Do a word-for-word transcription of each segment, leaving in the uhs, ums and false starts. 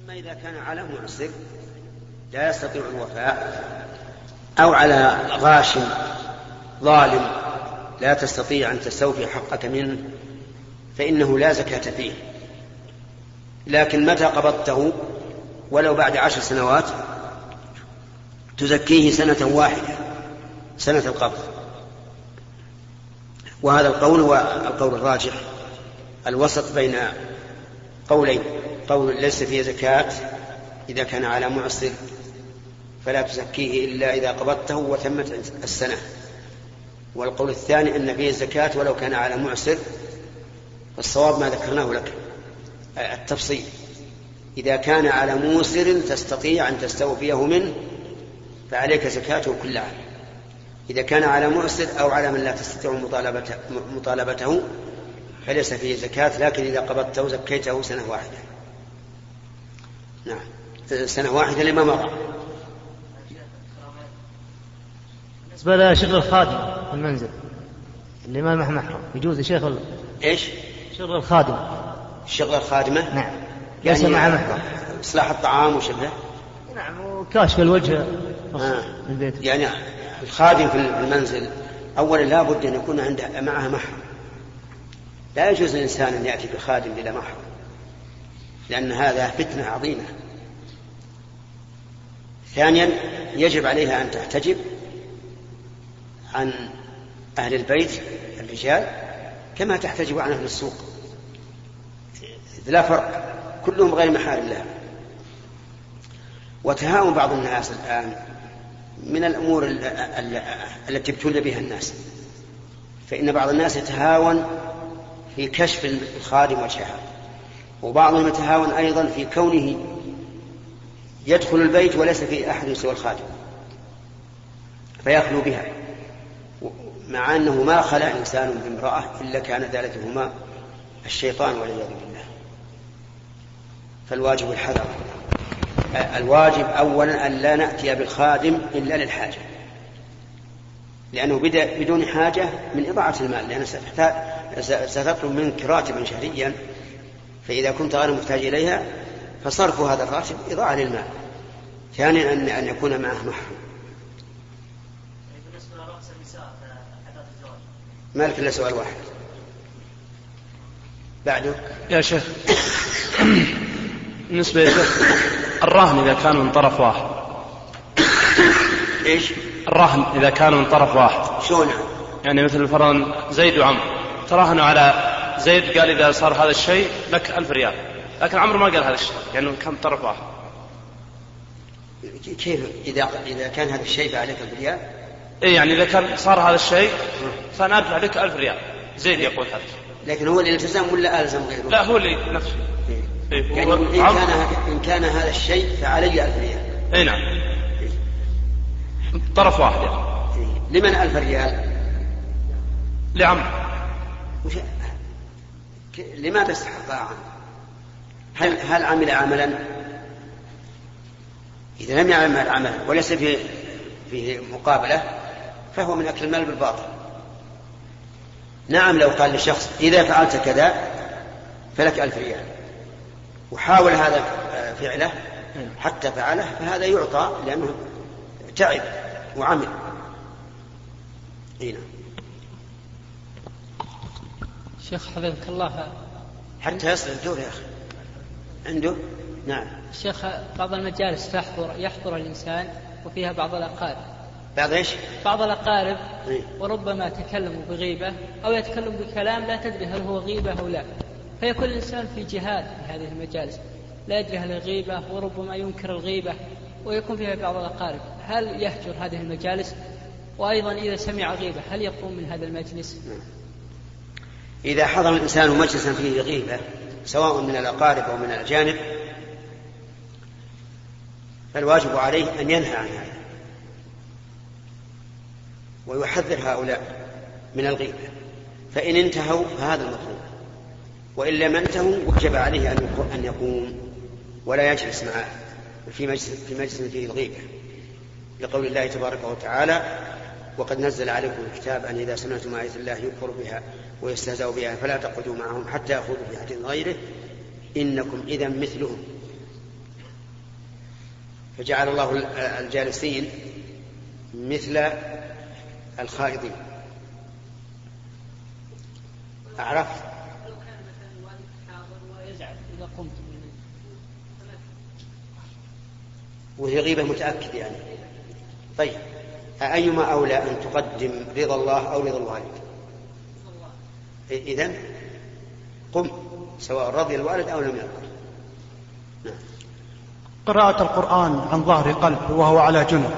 أما إذا كان على معسر لا يستطيع الوفاء أو على غاش ظالم لا تستطيع أن تستوفي حقك منه فإنه لا زكاة فيه، لكن متى قبضته ولو بعد عشر سنوات تزكيه سنة واحدة، سنة القبض. وهذا القول هو القول الراجح، الوسط بين قولين: قول ليس فيه زكاة إذا كان على معسر فلا تزكيه إلا إذا قبضته وتمت السنة، والقول الثاني أن فيه الزكاة ولو كان على معسر. فالصواب ما ذكرناه لك التفصيل: إذا كان على موسر تستطيع أن تستوفيه منه فعليك زكاته كل عام. إذا كان على معسر أو على من لا تستطيع مطالبته, مطالبته فليس فيه زكاة، لكن إذا قبضته زكيته سنة واحدة. نعم، سنة واحدة لما مضى. بالنسبة لشغل الخادم في المنزل اللي ما معه محرم يجوز يا شيخ؟ إيش؟ شغل الخادم. شغل الخادمة؟ نعم، ليس يعني مع محرم. إصلاح الطعام وشبهه. نعم، وكاشف الوجه آه. البيت. يعني الخادم في المنزل أولا لا بد أن يكون عنده معها محرم، لا يجوز للإنسان أن يأتي بخادم بلا محرم، لأن هذا فتنة عظيمة. ثانيا يجب عليها أن تحتجب عن أهل البيت الرجال كما تحتجب عن أهل السوق، لا فرق، كلهم غير محارم لها. وتهاون بعض الناس الآن من الأمور التي ابتلي بها الناس، فإن بعض الناس يتهاون في كشف الخادم وجهها، وبعضهم يتهاون أيضا في كونه يدخل البيت وليس فيه أحد سوى الخادم فيخلو بها، مع أنه ما خلى إنسان بامرأة إلا كان ثالثهما الشيطان والعياذ بالله. فالواجب الحذر. الواجب أولا أن لا نأتي بالخادم إلا للحاجة، لأنه بدون حاجة من إضاعة المال، لأنه ستطلب منك راتبا شهريا، فإذا كنت غير محتاج إليها فصرف هذا الراتب إضاعة للمال. ثانيا أن أن يكون معه محرم. مالك إلا سؤال واحد بعده يا شيخ. بالنسبة يا شيخ الرهن إذا كان من طرف واحد. إيش؟ الرهن إذا كان من طرف واحد. شلون؟ يعني مثل فرضا زيد وعمر تراهنوا على زيد، قال إذا صار هذا الشيء لك ألف ريال، لكن عمر ما قال هذا الشيء، يعني كان طرف واحد. كيف إذا إذا كان هذا الشيء فعليك ألف ريال؟ إيه، يعني إذا كان صار هذا الشيء فأنا أدفع لك ألف ريال، زيد يقول هذا. لكن هو اللي التزم ولا ألزم غيره؟ لا، هو اللي نفسه. إيه. يعني إن كان, إن كان هذا الشيء فعلي ألف ريال. إيه نعم. إيه. طرف واحد يعني. إيه. لمن ألف ريال؟ لعمر. وش... لماذا استحق عنه؟ هل هل عمل عملا؟ إذا لم يعمل عملا وليس فيه فيه مقابلة فهو من أكل المال بالباطل. نعم، لو قال لشخص إذا فعلت كذا فلك ألف ريال وحاول هذا فعله حتى فعله فهذا يعطى لأنه تعب وعمل. هنا شيخ حفظك الله، حتى يصل الدور يا أخي عنده. نعم شيخ، بعض المجالس تحضر يحضر الإنسان وفيها بعض الأقارب. بعض إيش؟ بعض الأقارب. إيه؟ وربما تكلموا بغيبة أو يتكلم بكلام لا تدري هل هو غيبة أو لا، فيكون الإنسان في جهاد في هذه المجالس لا يدري هل الغيبة، وربما ينكر الغيبة ويكون فيها بعض الأقارب. هل يهجر هذه المجالس؟ وأيضا إذا سمع غيبة هل يقوم من هذا المجلس؟ إذا حضر الإنسان مجلسا فيه غيبة سواء من الأقارب أو من الأجانب فالواجب عليه أن ينهى عن هذا ويحذر هؤلاء من الغيبة، فإن انتهوا فهذا المطلوب، وإن لم ينتهوا وجب عليه أن يقوم ولا يجلس معه في مجلس, في مجلس فيه الغيبة، لقول الله تبارك وتعالى: وقد نزل عليكم الكتاب أن إذا سمعتم آيات الله يكفر بها ويستهزأ بها فلا تقعدوا معهم حتى يخوضوا في حديث غيره إنكم إذا مثلهم. فجعل الله الجالسين مثل الخائضين. أعرف وهي غيبة متأكد يعني. طيب أيما أولى أن تقدم رضا الله أو رضا الوالد؟ إذن قم سواء رضي الوالد أو لم يرضى. نعم. قراءة القرآن عن ظهر قلب وهو على جنب.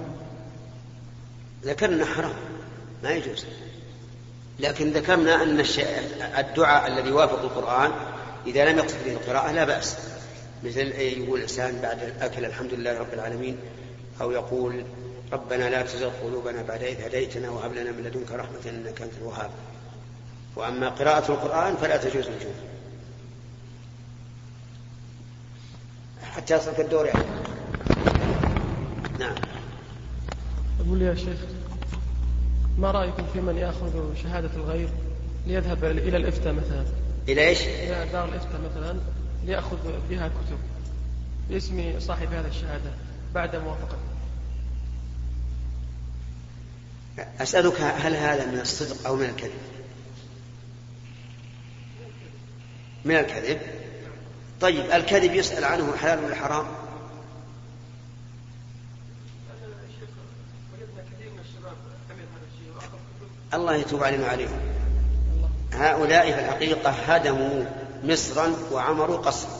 ذكرنا حرام ما يجوز، لكن ذكرنا أن الدعاء الذي يوافق القرآن إذا لم يقصد به القراءة لا بأس، مثل يقول الإنسان بعد الأكل الحمد لله رب العالمين، أو يقول ربنا لا تزغ قلوبنا بعد إذ هديتنا وهب لنا من لدنك رحمة إنك أنت الوهاب. وأما قراءة القرآن فلا تجوز الجنب حتى يصلك الدور يعني. نعم. أقول يا شيخ، ما رأيكم في من يأخذ شهادة الغير ليذهب إلى الإفتاء مثلا؟ إلى إيش؟ إلى دار الإفتاء مثلا ليأخذ بها كتب باسم صاحب هذا الشهادة بعد موافقته. أسألك هل هذا من الصدق أو من الكذب؟ من الكذب. طيب الكذب يسأل عنه حلال ولا حرام؟ الله يتوب علينا وعليهم. هؤلاء في الحقيقة هدموا مصرا وعمروا قصرا.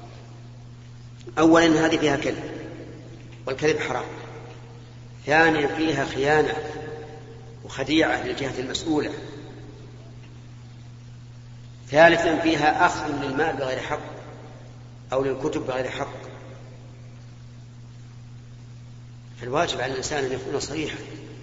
أولا هذه فيها كذب والكذب حرام. ثانيا فيها خيانة وخديعة للجهة المسؤولة. ثالثا فيها أخذ للمال بغير حق أو للكتب بغير حق. فالواجب على الإنسان أن يكون صريحا.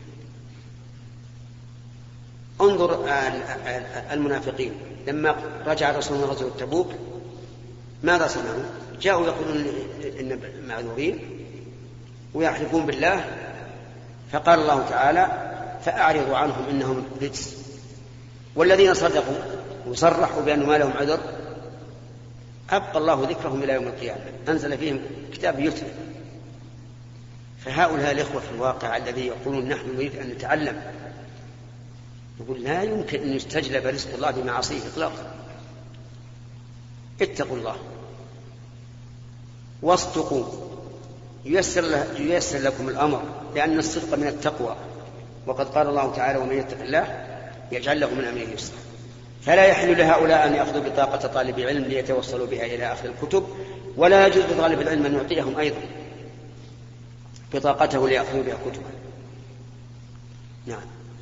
انظر المنافقين لما رجع الرسول من غزوة تبوك ماذا صنعوا؟ جاءوا يقولون إن معذورين ويحلفون بالله، فقال الله تعالى فأعرضوا عنهم إنهم رجس. والذين صدقوا وصرحوا بأنه ما لهم عذر أبقى الله ذكرهم إلى يوم القيامة، أنزل فيهم كتاب يتلى. فهؤلاء الإخوة في الواقع الذي يقولون نحن نريد أن نتعلم، يقول لا يمكن أن يستجلب رزق الله بمعاصيه إطلاقا. اتقوا الله واصدقوا ييسر, ييسر لكم الأمر، لأن الصدق من التقوى، وقد قال الله تعالى ومن يتق الله يجعل له من أمره يسرا. فلا يحل لهؤلاء أن يأخذوا بطاقة طالب علم ليتوصلوا بها إلى آخر الكتب، ولا يجوز لطالب العلم أن يعطيهم أيضا بطاقته ليأخذوا بها كتبا. نعم.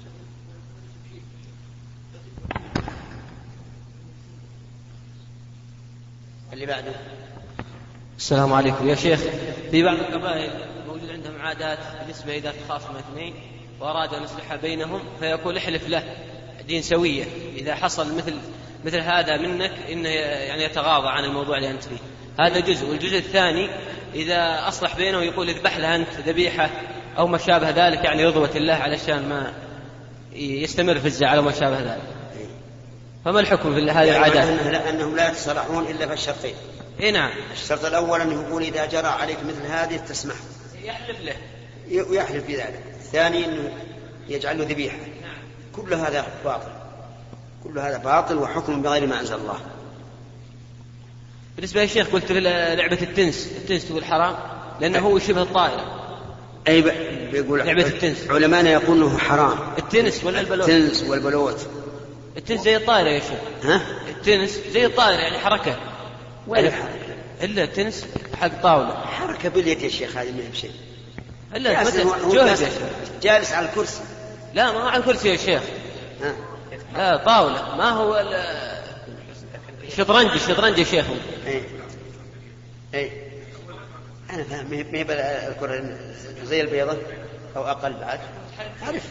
اللي بعده. السلام عليكم يا شيخ. في بعض القبائل موجود عندهم عادات بالنسبة إذا تخاصم اثنين وأراد أن يصلح بينهم فيقول احلف له دين سوية، إذا حصل مثل مثل هذا منك إنه يعني يتغاضى عن الموضوع اللي أنت فيه. هذا جزء. والجزء الثاني إذا أصلح بينه يقول اذبح له أنت ذبيحة أو ما شابه ذلك، يعني رضوة الله علشان ما يستمر في الزعل وما شابه ذلك. فما الحكم في هذه العادات؟ يعني أنهم لا يتصالحون إلا في الشرطين. إيه نعم. الشرط الأول أنه يقول إذا جرى عليك مثل هذه تسمح، يحلف له ويحلف بذلك. الثاني أنه يجعل له ذبيحة. نعم. كل هذا باطل، كل هذا باطل وحكم بغير ما أنزل الله. بالنسبة للشيخ قلت لعبة التنس، التنس تقول حرام لأنه هو شبه الطائرة. أي بيقول لعبة التنس علماءنا يقول أنه حرام. التنس ولا البلوت؟ التنس والبلوت. التنس زي الطائرة يا شيخ. ها؟ التنس زي الطائرة يعني حركة. ولا حركة؟ إلا التنس حق طاولة. حركة باليد يا شيخ، هذه ما هي بشيء. إلا جالس, جالس على الكرسي. لا ما هو على الكرسي يا شيخ. ها؟ لا طاولة، ما هو الشطرنج. الشطرنج يا شيخ. اي اي انا فاهم. ما هي الكرة زي البيضة او اقل بعد. عارف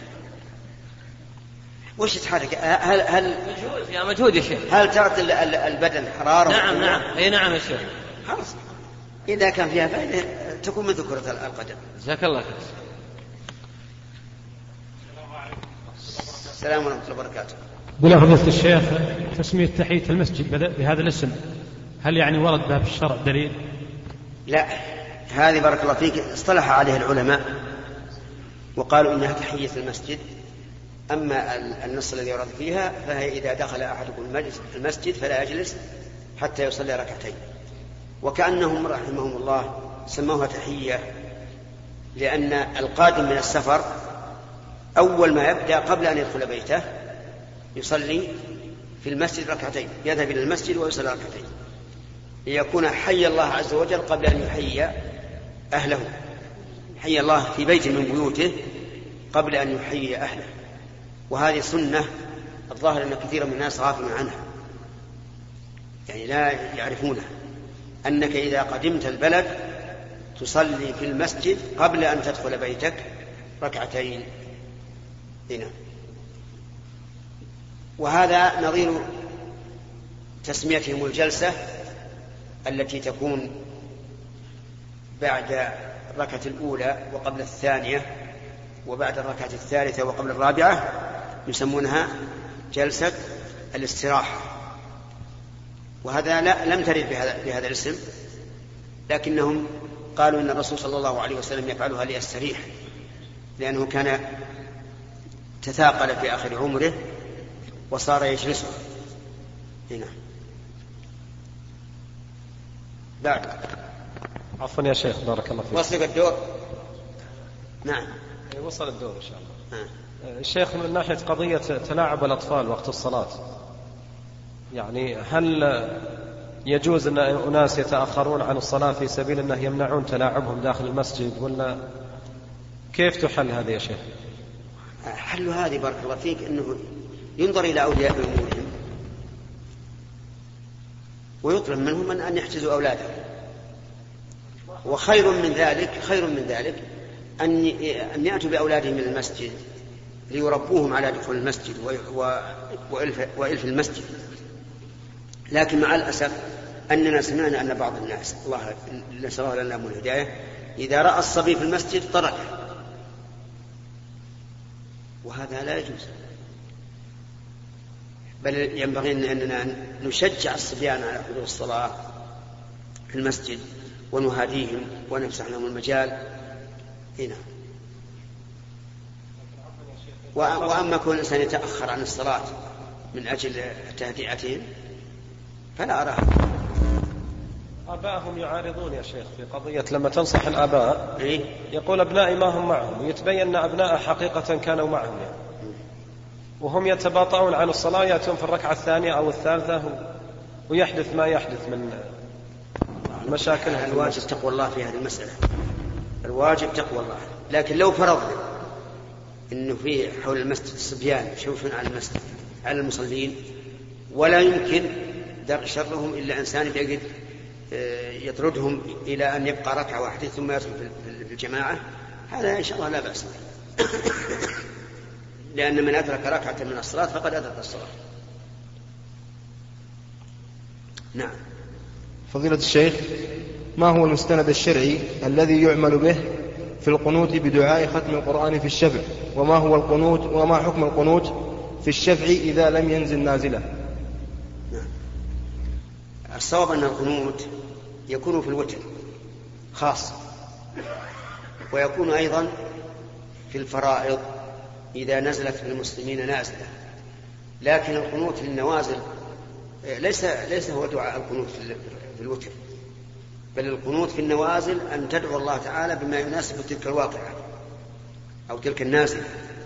وش تحرك؟ هل هل مجهود يا مجهود يا شيخ. هل تعطي البدن حرارة؟ نعم نعم. اي نعم يا شيخ. خلاص اذا كان فيها فائدة تكون مثل كرة القدم. جزاك الله خير. السلام ورحمة الله وبركاته. بلا فضيلة الشيخ، تسمية تحية المسجد بهذا الاسم هل يعني ورد بها في الشرع دليل؟ لا، هذه بارك الله فيك اصطلح عليها العلماء وقالوا إنها تحية المسجد. أما النص الذي ورد فيها فهي إذا دخل أحدكم المسجد فلا يجلس حتى يصلي ركعتين. وكأنهم رحمهم الله سموها تحية لأن القادم من السفر أول ما يبدأ قبل أن يدخل بيته يصلي في المسجد ركعتين، يذهب إلى المسجد ويصلي ركعتين ليكون حي الله عز وجل قبل أن يحيي أهله. حي الله في بيت من بيوته قبل أن يحيي أهله. وهذه سنة الظاهر أن كثير من الناس غافلون عنها، يعني لا يعرفونها، أنك إذا قدمت البلد تصلي في المسجد قبل أن تدخل بيتك ركعتين هنا. وهذا نظير تسميتهم الجلسة التي تكون بعد الركعة الأولى وقبل الثانية وبعد الركعة الثالثة وقبل الرابعة، يسمونها جلسة الاستراحة. وهذا لا لم ترد بهذا, بهذا الاسم، لكنهم قالوا إن الرسول صلى الله عليه وسلم يفعلها ليستريح، لأنه كان تثاقل في آخر عمره وصار يجلسه هنا. بعد عفوا يا شيخ بارك الله فيك. وصل الدور. نعم وصل الدور إن شاء الله. آه. الشيخ من ناحية قضية تلاعب الأطفال وقت الصلاة، يعني هل يجوز أن أناس يتأخرون عن الصلاة في سبيل أنه يمنعون تلاعبهم داخل المسجد، ولا كيف تحل هذا يا شيخ؟ حل هذه بارك الله فيك أنه ينظر إلى أولياء أمورهم ويطلب منهم أن يحجزوا أولادهم. وخير من ذلك خير من ذلك أن أن يأتوا بأولادهم من المسجد ليربوهم على دخول المسجد وإلف المسجد. لكن مع الأسف أننا سمعنا أن بعض الناس، الله نسأل الله لنا من الهداية، إذا رأى الصبي في المسجد تركه، وهذا لا يجوز. بل ينبغي أننا نشجع الصبيان على حضور الصلاة في المسجد ونهاديهم ونفسح لهم المجال هنا. وأما كل إنسان يتأخر عن الصلاة من أجل تهدئتهم فلا أراه. آباءهم يعارضون يا شيخ في قضية لما تنصح الآباء إيه؟ يقول أبنائي ما هم معهم، ويتبين أن أبناء حقيقة كانوا معهم يعني. وهم يتباطؤون عن الصلاة، يأتون في الركعة الثانية أو الثالثة ويحدث ما يحدث من المشاكل. الواجب تقوى الله في هذه المسألة، الواجب تقوى الله. لكن لو فرضنا إنه في حول المسجد الصبيان يشوفون على المسجد على المصلين ولا يمكن درء شرهم إلا إنسان يجد يطردهم إلى أن يبقى ركعة واحدة ثم يدخل في الجماعة، هذا إن شاء الله لا بأس به، لأن من أدرك ركعة من الصلاة فقد أدرك الصلاة. نعم. فضيلة الشيخ، ما هو المستند الشرعي الذي يعمل به في القنوت بدعاء ختم القرآن في الشفع، وما هو القنوت وما حكم القنوت في الشفع إذا لم ينزل نازلة؟ نعم. الصواب أن القنوت يكون في الوتر خاص، ويكون أيضا في الفرائض إذا نزلت في المسلمين نازلة. لكن القنوت في النوازل ليس ليس هو دعاء القنوت في الوتر، بل القنوت في النوازل أن تدعو الله تعالى بما يناسب تلك الواقعة أو تلك النازلة.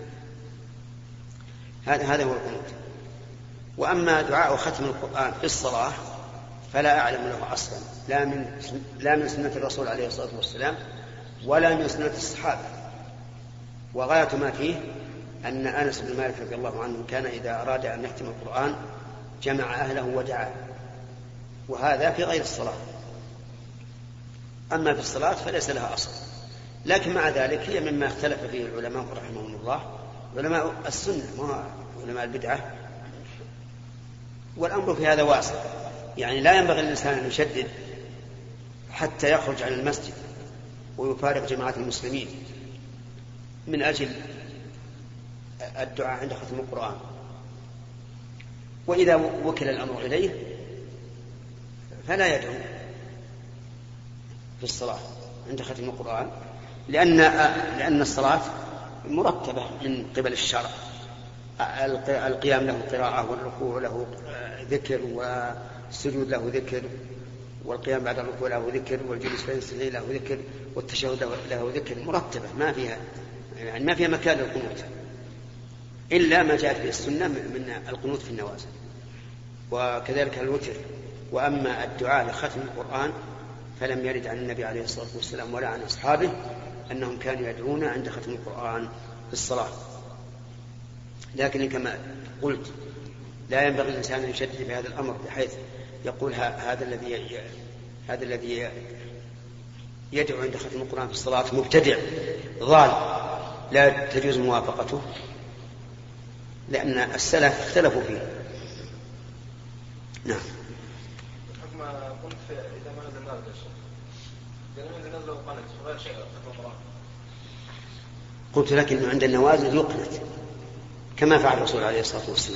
هذا هذا هو القنوت. وأما دعاء ختم القرآن في الصلاة فلا أعلم له أصلا، لا من لا من سنة الرسول عليه الصلاة والسلام ولا من سنة الصحابة. وغاية ما فيه أن أنس بن مالك رضي الله عنه كان إذا أراد أن يختم القرآن جمع أهله ودعا، وهذا في غير الصلاة. أما في الصلاة فليس لها أصل. لكن مع ذلك هي مما اختلف فيه العلماء رحمهم الله، علماء السنة ما علماء البدعة. والأمر في هذا واسع، يعني لا ينبغي للإنسان أن يشدد حتى يخرج عن المسجد ويفارق جماعة المسلمين من أجل الدعاء عند ختم القرآن. وإذا وكل الأمر إليه فلا يدعو في الصلاة. عند ختم القرآن، لأن لأن الصلاة مرتبة من قبل الشرع، القيام له قراءة، والركوع له ذكر، والسجود له ذكر، والقيام بعد الركوع له ذكر، والجلوس بين السجدين له ذكر، والتشهد له ذكر، مرتبة ما فيها يعني ما فيها مكان للقنوت إلا ما جاءت به السنة من القنوت في النوازل، وكذلك الوتر. وأما الدعاء لختم القرآن فلم يرد عن النبي عليه الصلاة والسلام ولا عن أصحابه أنهم كانوا يدعون عند ختم القرآن في الصلاة. لكن كما قلت لا ينبغي الإنسان أن يشدد في هذا الأمر بحيث يقول هذا الذي هذا الذي يدعو عند ختم القرآن في الصلاة مبتدع ضال لا تجوز موافقته، لأن السلف اختلفوا فيه. نعم. قلت إذا ما نزل نازل يا شيخ، إذا نزل وقنت غير شيء ختم القرآن. قلت لك إنه عند النوازل يقنت كما فعل الرسول عليه الصلاة والسلام.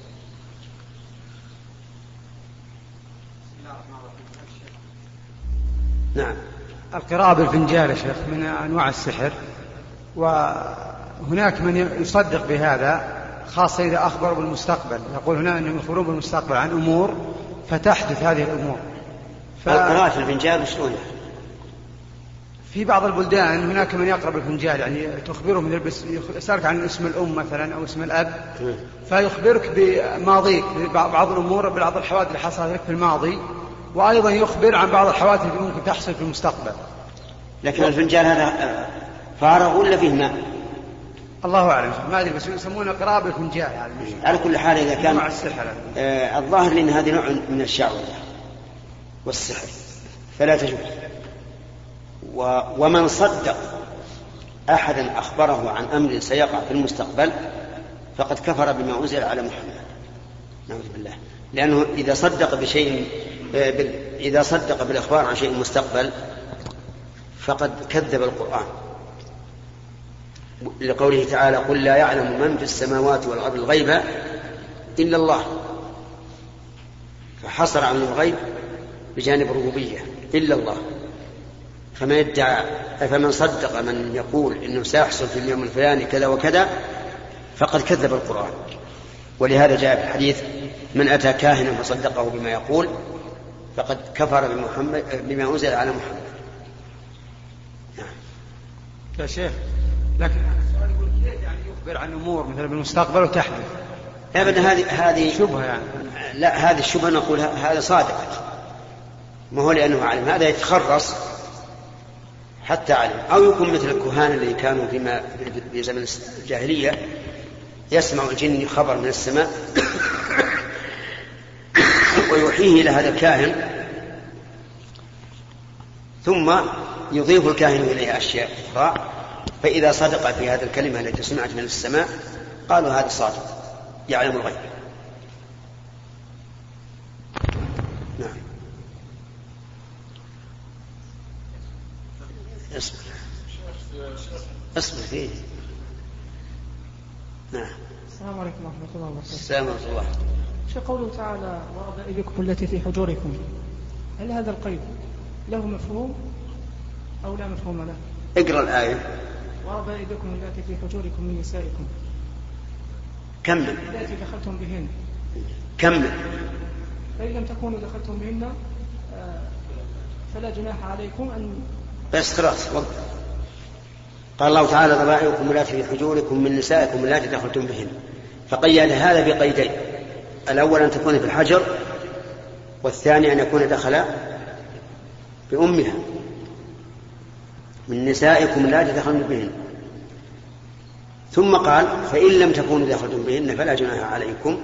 نعم. القراءة بالفنجان يا شيخ من أنواع السحر، وهناك من يصدق بهذا خاصة إذا أخبروا بالمستقبل، يقول هنا أنهم يخبرون بالمستقبل عن أمور فتحدث هذه الأمور. ف... القراءة في الفنجان شلون؟ في بعض البلدان هناك من يقرأ بالفنجان، يعني تخبره من البس... يسألك عن اسم الأم مثلا أو اسم الأب، فيخبرك بماضيك بعض الأمور، بعض الحوادث اللي حصلت لك في الماضي، وأيضا يخبر عن بعض الحوادث اللي ممكن تحصل في المستقبل. لكن الفنجان هذا فارغ ولا فيه ماء؟ الله أعلم، ما أدري، بس يسمونه قراءة بالفنجان يعني. على كل حال إذا كان مع السحر آه الظاهر لأن هذه نوع من الشعوذة والسحر فلا تجوز. و... ومن صدق أحدا أخبره عن أمر سيقع في المستقبل فقد كفر بما أنزل على محمد، نعوذ بالله، لأنه إذا صدق بشيء إذا صدق بالإخبار عن شيء مستقبل فقد كذب القرآن، لقوله تعالى قل لا يعلم من في السماوات والأرض الغيب إلا الله، فحصر عن الغيب بجانب الربوبية إلا الله. فمن يدعى فمن صدق من يقول إنه سيحصل في اليوم الفلاني كذا وكذا فقد كذب القرآن. ولهذا جاء في الحديث من أتى كاهنا فصدقه بما يقول فقد كفر بمحمد بما أنزل على محمد. نعم. يا شيخ، لكن السؤال يقول كيف يعني يخبر عن أمور مثلا بالمستقبل وتحدث؟ أبدا هذه هذه شبهة يعني. لا، هذه الشبهة نقول هذا صادق، ما هو لأنه علم، هذا يتخرص حتى علم، أو يكون مثل الكهان الذي كانوا فيما في زمن الجاهلية يسمع الجن خبر من السماء ويوحيه إلى هذا الكاهن، ثم يضيف الكاهن إليه أشياء أخرى، فإذا صدق في هذه الكلمة التي سمعت من السماء قالوا هذا صادق يعلم الغيب. نعم. اصبر اصبر فيه. نعم. السلام عليكم ورحمة الله وبركاته. السلام ورحمة الله. شو قوله تعالى وربائبكم التي في حجوركم، هل هذا القيد له مفهوم أو لا مفهوم له؟ اقرأ الآية. وربائبكم التي في حجوركم من نسائكم. كمل. التي دخلتم بهن. كمل. فإن لم تكونوا دخلتم بهن فلا جناح عليكم أن. بس خلاص وقت. قال الله تعالى ربائبكم التي في حجوركم من نسائكم التي دخلتم بهن، فقيد هذا بقيدين، الأول أن تكون في الحجر، والثاني أن يكون دخل بأمها. من نسائكم التي دخلتم بهن، ثم قال فإن لم تكونوا دخلتم بهن فلا جناح عليكم،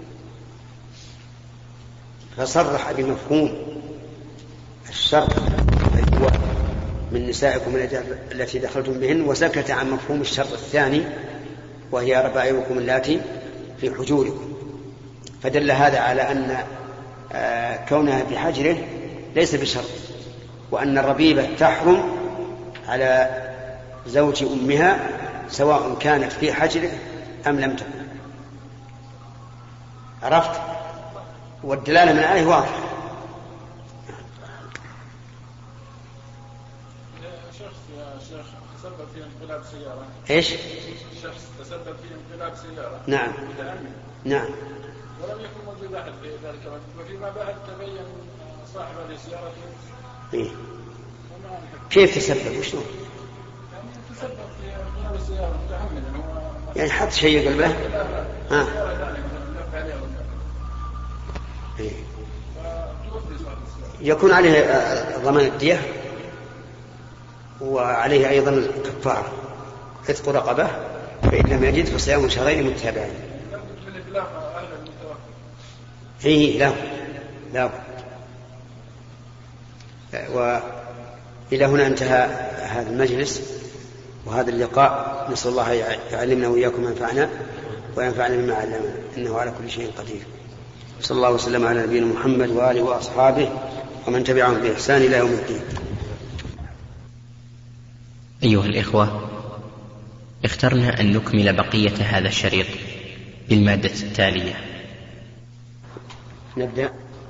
فصرح بمفهوم الشرط هو من نسائكم التي دخلتم بهن، وسكت عن مفهوم الشرط الثاني وهي ربائبكم اللاتي في حجوركم. فدل هذا على أن كونها بحجره ليس بشرط، وأن الربيبة تحرم على زوج أمها سواء كانت في حجره أم لم تكن. عرفت؟ والدلالة من الآية واضحة. تسبب في انقلاب سيارة. ايش؟ شخص تسبب في انقلاب سيارة. نعم. نعم. ولم يكن موجود أحد في ذلك الوقت، وفيما بعد تبين صاحب هذه السيارة. إيه؟ كيف تسبب؟ وشلون؟ يعني تسبب في انقلاب السيارة متعمدا. يعني حط شيء قلبه. ها. إيه؟ يكون عليه ضمان الدية، وعليه أيضا الكفارة عتق رقبة، فإن لم يجد فصيام شهرين متتابعين. فيه لا لا. وإلى هنا انتهى هذا المجلس وهذا اللقاء. نسأل الله يعلمنا وإياكم ما ينفعنا وينفعنا بما علمنا، إنه على كل شيء قدير. صلى الله وسلم على نبينا محمد وآله وأصحابه ومن تبعهم بإحسان إلى يوم الدين. أيها الإخوة، اخترنا أن نكمل بقية هذا الشريط بالمادة التالية. نبدأ.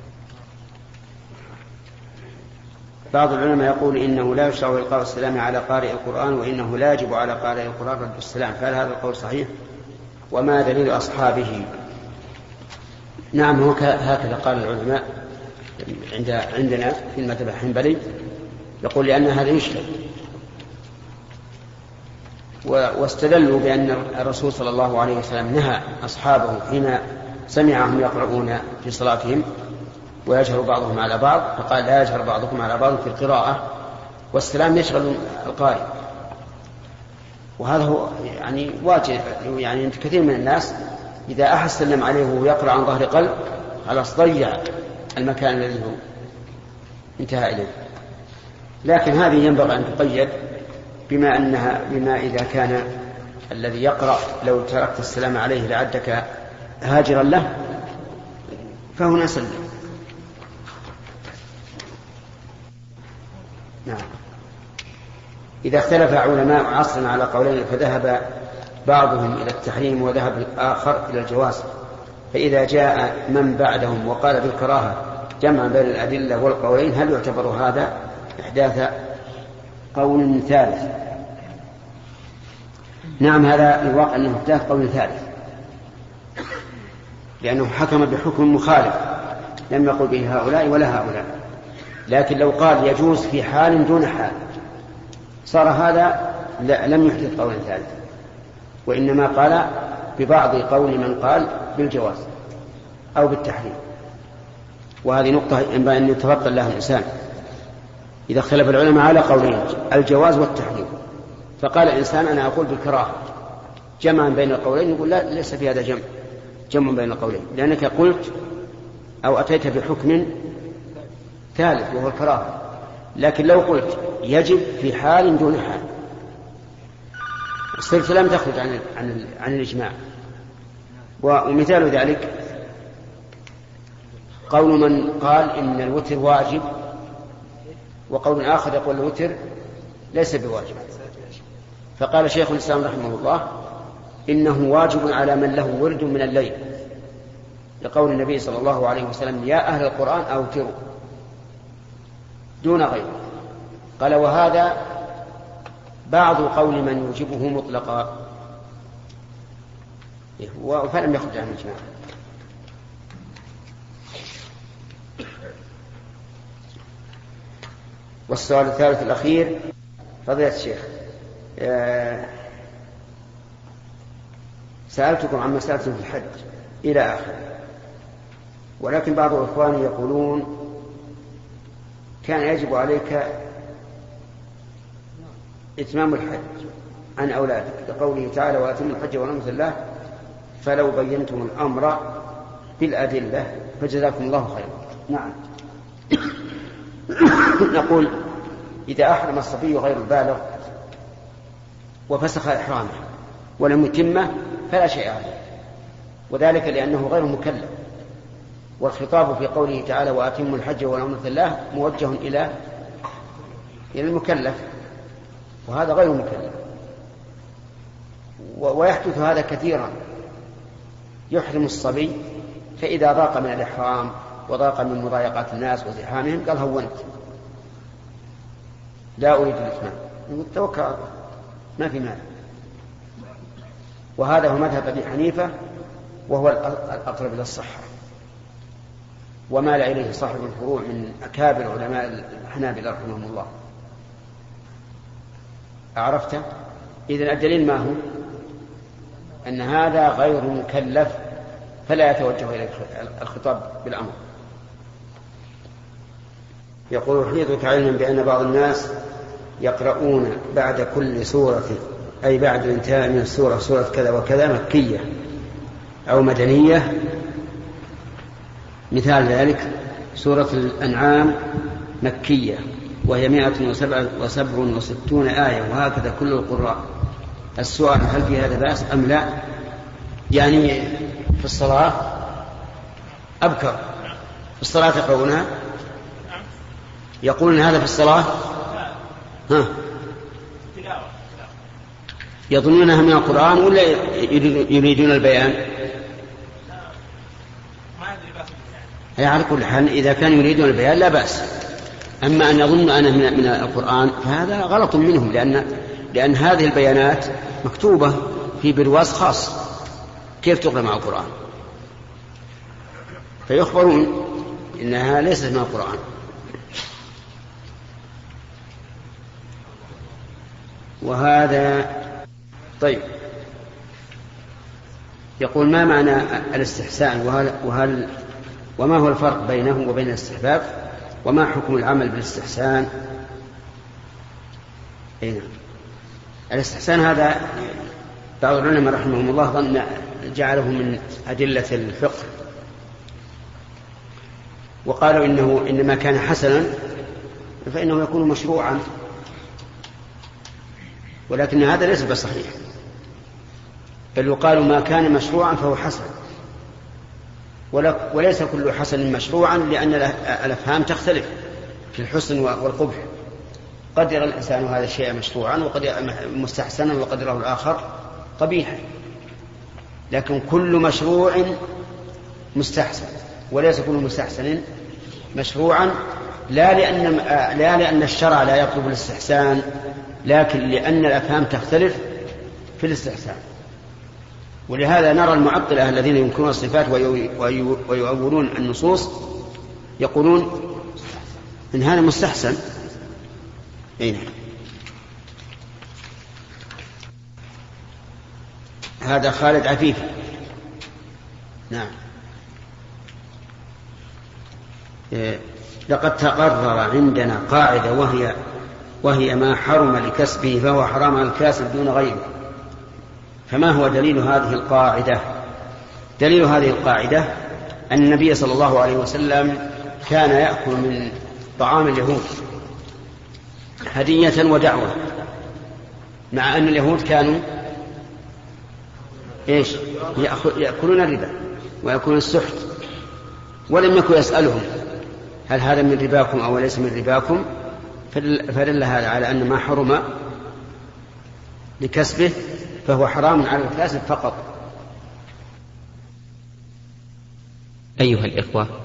بعض العلماء يقول إنه لا يشرع إلقاء السلام على قارئ القرآن، وإنه لا يجب على قارئ القرآن رد السلام، فهل هذا القول صحيح؟ وما دليل أصحابه؟ نعم، هكذا قال العلماء عند عندنا في المذهب الحنبلي، يقول لأن هذا يشرع، واستدلوا بأن الرسول صلى الله عليه وسلم نهى أصحابه حين سمعهم يقرؤون في صلاتهم ويجهر بعضهم على بعض، فقال لا يجهر بعضكم على بعض في القراءة، والسلام يشغل القارئ. وهذا هو يعني واجب، يعني عند كثير من الناس إذا أحد سلم عليه وهو يقرأ عن ظهر قلب خلاص ضيع المكان الذي هو انتهى إليه. لكن هذه ينبغي أن تقيد بما أنها بما إذا كان الذي يقرأ لو تركت السلام عليه لعدك هاجرا له فهنا سلم. نعم. إذا اختلف علماء عصرنا على قولين فذهب بعضهم إلى التحريم وذهب الآخر إلى الجواز، فإذا جاء من بعدهم وقال بالكراهة جمع بين الأدلة والقولين، هل يعتبر هذا إحداث قول ثالث؟ نعم، هذا الواقع أنه إحداث قول ثالث، لأنه حكم بحكم مخالف لم يقل به هؤلاء ولا هؤلاء. لكن لو قال يجوز في حال دون حال صار هذا لم يحدث قول ثالث، وإنما قال ببعض قول من قال بالجواز أو بالتحريم. وهذه نقطة ينبغي أن يتفطن لها الإنسان. إذا اختلف العلماء على قولين الجواز والتحريم، فقال الإنسان أنا أقول بالكراهة، جمعا بين القولين، يقول لا، ليس في هذا جمع جمع بين القولين، لأنك قلت أو أتيت بحكم ثالث وهو الكراهة. لكن لو قلت يجب في حال دون حال صرت لم تخرج عن عن عن الإجماع. ومثال ذلك قول من قال إن الوتر واجب، وقول آخر يقول الوتر ليس بواجب. فقال شيخ الإسلام رحمه الله إنه واجب على من له ورد من الليل، لقول النبي صلى الله عليه وسلم يا أهل القرآن أوتروا، دون غيره. قال وهذا بعض قول من يوجبه مطلقا، فلم يخرج عن الإجماع. والسؤال الثالث الأخير، فضيلة الشيخ، سألتكم عن مسألة في الحج إلى آخره، ولكن بعض إخواني يقولون كان يجب عليك إتمام الحج عن أولادك، لقوله تعالى وأتم الحج والعمرة لله، فلو بينتم الأمر بالأدلة فجزاكم الله خيرا. نعم. نقول إذا أحرم الصبي غير البالغ وفسخ إحرامه ولم يتمه فلا شيء عليه، وذلك لأنه غير مكلف، والخطاب في قوله تعالى وأتم الحج والعمرة لله موجه إلى إلى المكلف، وهذا غير مكلف. ويحدث هذا كثيرا، يحرم الصبي فإذا ضاق من الإحرام وضاق من مضايقات الناس وزحامهم قال هونت لا أريد الإتمام، توكل على الله ما في مانع. وهذا هو مذهب أبي حنيفة وهو الأقرب إلى الصحة، ومال إليه صاحب الفروع من أكابر علماء الحنابلة رحمهم الله. عرفت؟ إذن الدليل ما هو؟ أن هذا غير مكلف فلا يتوجه إلى الخطاب بالأمر. يقول حديثك علما بأن بعض الناس يقرؤون بعد كل سورة أي بعد انتهاء من السورة سورة كذا وكذا مكية أو مدنية. مثال ذلك سورة الأنعام مكية وهي مائة وسبع وستون آية وهكذا كل القراء. السؤال هل في هذا بأس أم لا؟ يعني في الصلاة أبكر في الصلاة يقرؤونها يقولون هذا في الصلاة ها يظنونها من القرآن ولا يريدون البيان؟ أي على كل حال إذا كانوا يريدون البيان لا بأس. أما أن يظن أنه من القرآن فهذا غلط منهم، لأن لأن هذه البيانات مكتوبة في برواز خاص كيف تقرأ مع القرآن، فيخبرون إنها ليست من القرآن. وهذا طيب. يقول ما معنى الاستحسان وهل, وهل وما هو الفرق بينه وبين الاستحباب وما حكم العمل بالاستحسان؟ أين الاستحسان هذا بعض العلماء رحمهم الله ظن جعله من أدلة الفقه وقالوا إنه إنما كان حسنا فإنه يكون مشروعا، ولكن هذا ليس بصحيح، بل وقالوا ما كان مشروعا فهو حسن، وليس كل حسن مشروعا لأن الأفهام تختلف في الحسن والقبح. قد يرى الإنسان هذا الشيء مشروعا وقد مستحسنا وقد يراه الآخر قبيحا، لكن كل مشروع مستحسن وليس كل مستحسن مشروعا، لا لأن, لا لأن الشرع لا يطلب الاستحسان، لكن لأن الأفهام تختلف في الاستحسان. ولهذا نرى المعطلة الذين ينكرون الصفات ويؤولون النصوص يقولون إن هذا مستحسن. أين هذا خالد عفيفي. نعم. لقد تقرر عندنا قاعدة وهي وهي ما حرم لكسبه فهو حرام على الكاسب دون غيره. فما هو دليل هذه القاعدة؟ دليل هذه القاعدة أن النبي صلى الله عليه وسلم كان يأكل من طعام اليهود هدية ودعوة، مع أن اليهود كانوا إيش؟ يأكلون الربا ويأكلون السحت، ولم يكن يسألهم هل هذا من رباكم أو ليس من رباكم، فدل هذا على أن ما حرم لكسبه فهو حرام على الكاسب فقط. أيها الإخوة،